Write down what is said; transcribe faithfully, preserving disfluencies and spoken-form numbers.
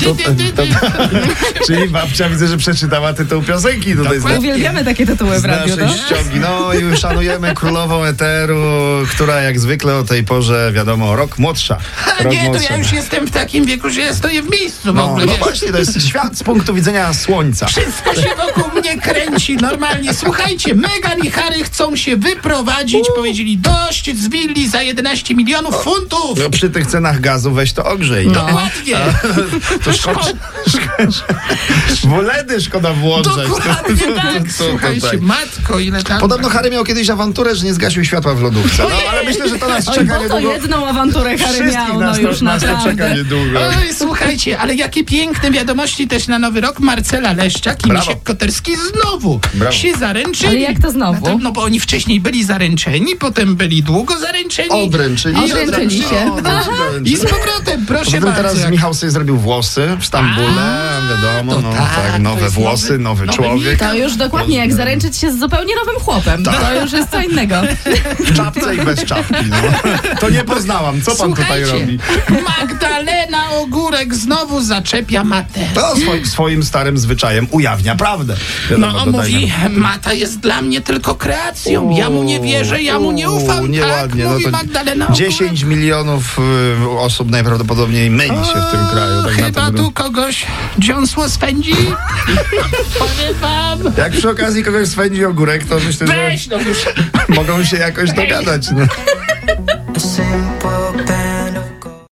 To, to, to, czyli babcia, widzę, że przeczytała tytuł piosenki. Tutaj zna, Uwielbiamy takie tytuły w radiu. naszej ściągi. No i szanujemy królową eteru, która jak zwykle o tej porze, wiadomo, rok młodsza. Rok Nie, to młodsza. ja już jestem w takim wieku, że ja stoję w miejscu w No, ogóle. no wiesz. właśnie, to jest świat z punktu widzenia słońca. Wszystko się wokół mnie kręci normalnie. Słuchajcie, Meghan i Harry chcą się wyprowadzić. Powiedzieli dość z willi za jedenaście milionów funtów. No, przy tych cenach gazu weź to ogrzej. No. Dokładnie. To szkoda. Woledy szkoda włączać. Dokładnie tak. To- to- to Słuchajcie, tak. matko, ile tam... Podobno Harry miał kiedyś awanturę, że nie zgasił światła w lodówce. No, ale myślę, że to nas Oj, czeka bo to niedługo. jedną awanturę Harry Wszystkich miał, no nas, już to, nas to czeka naprawdę. niedługo. Oj, słuchajcie, ale jakie piękne wiadomości też na Nowy Rok. Marcela Leszczak i Brawo. Misiek Koterski znowu Brawo. się zaręczyli. Ale jak to znowu? No, to, no bo oni wcześniej byli zaręczeni, potem byli długo zaręczeni. Odręczyli I się. Odręczyli się. I z powrotem, proszę Poza tym bardzo. teraz jak- Michał sobie zrobił włosy w Stambule, wiadomo, to no tak, tak, to nowe jest włosy, nowy- nowy nowy człowiek. To już dokładnie jak zaręczyć się z zupełnie nowym chłopem. To już jest co innego. W czapce i bez czapki, no. To nie poznałam, co pan tutaj Słuchajcie, robi? Magdalena Ogórek znowu zaczepia Matę. To swoi, swoim starym zwyczajem ujawnia prawdę. Wiadomo, No, dodajmy. mówi, Mata jest dla mnie tylko kreacją. Ja mu nie wierzę, ja mu nie ufam. Uuu, Tak, nieładnie. mówi No to Magdalena Ogórek. dziesięć milionów y, osób najprawdopodobniej myli się w tym kraju. Tak na Chyba to tu kogoś dziąsło swędzi. Powiem wam. Jak przy okazji kogoś swędzi ogórek, to myślę, że Weź no już. mogą się jakoś dogadać. No. A simple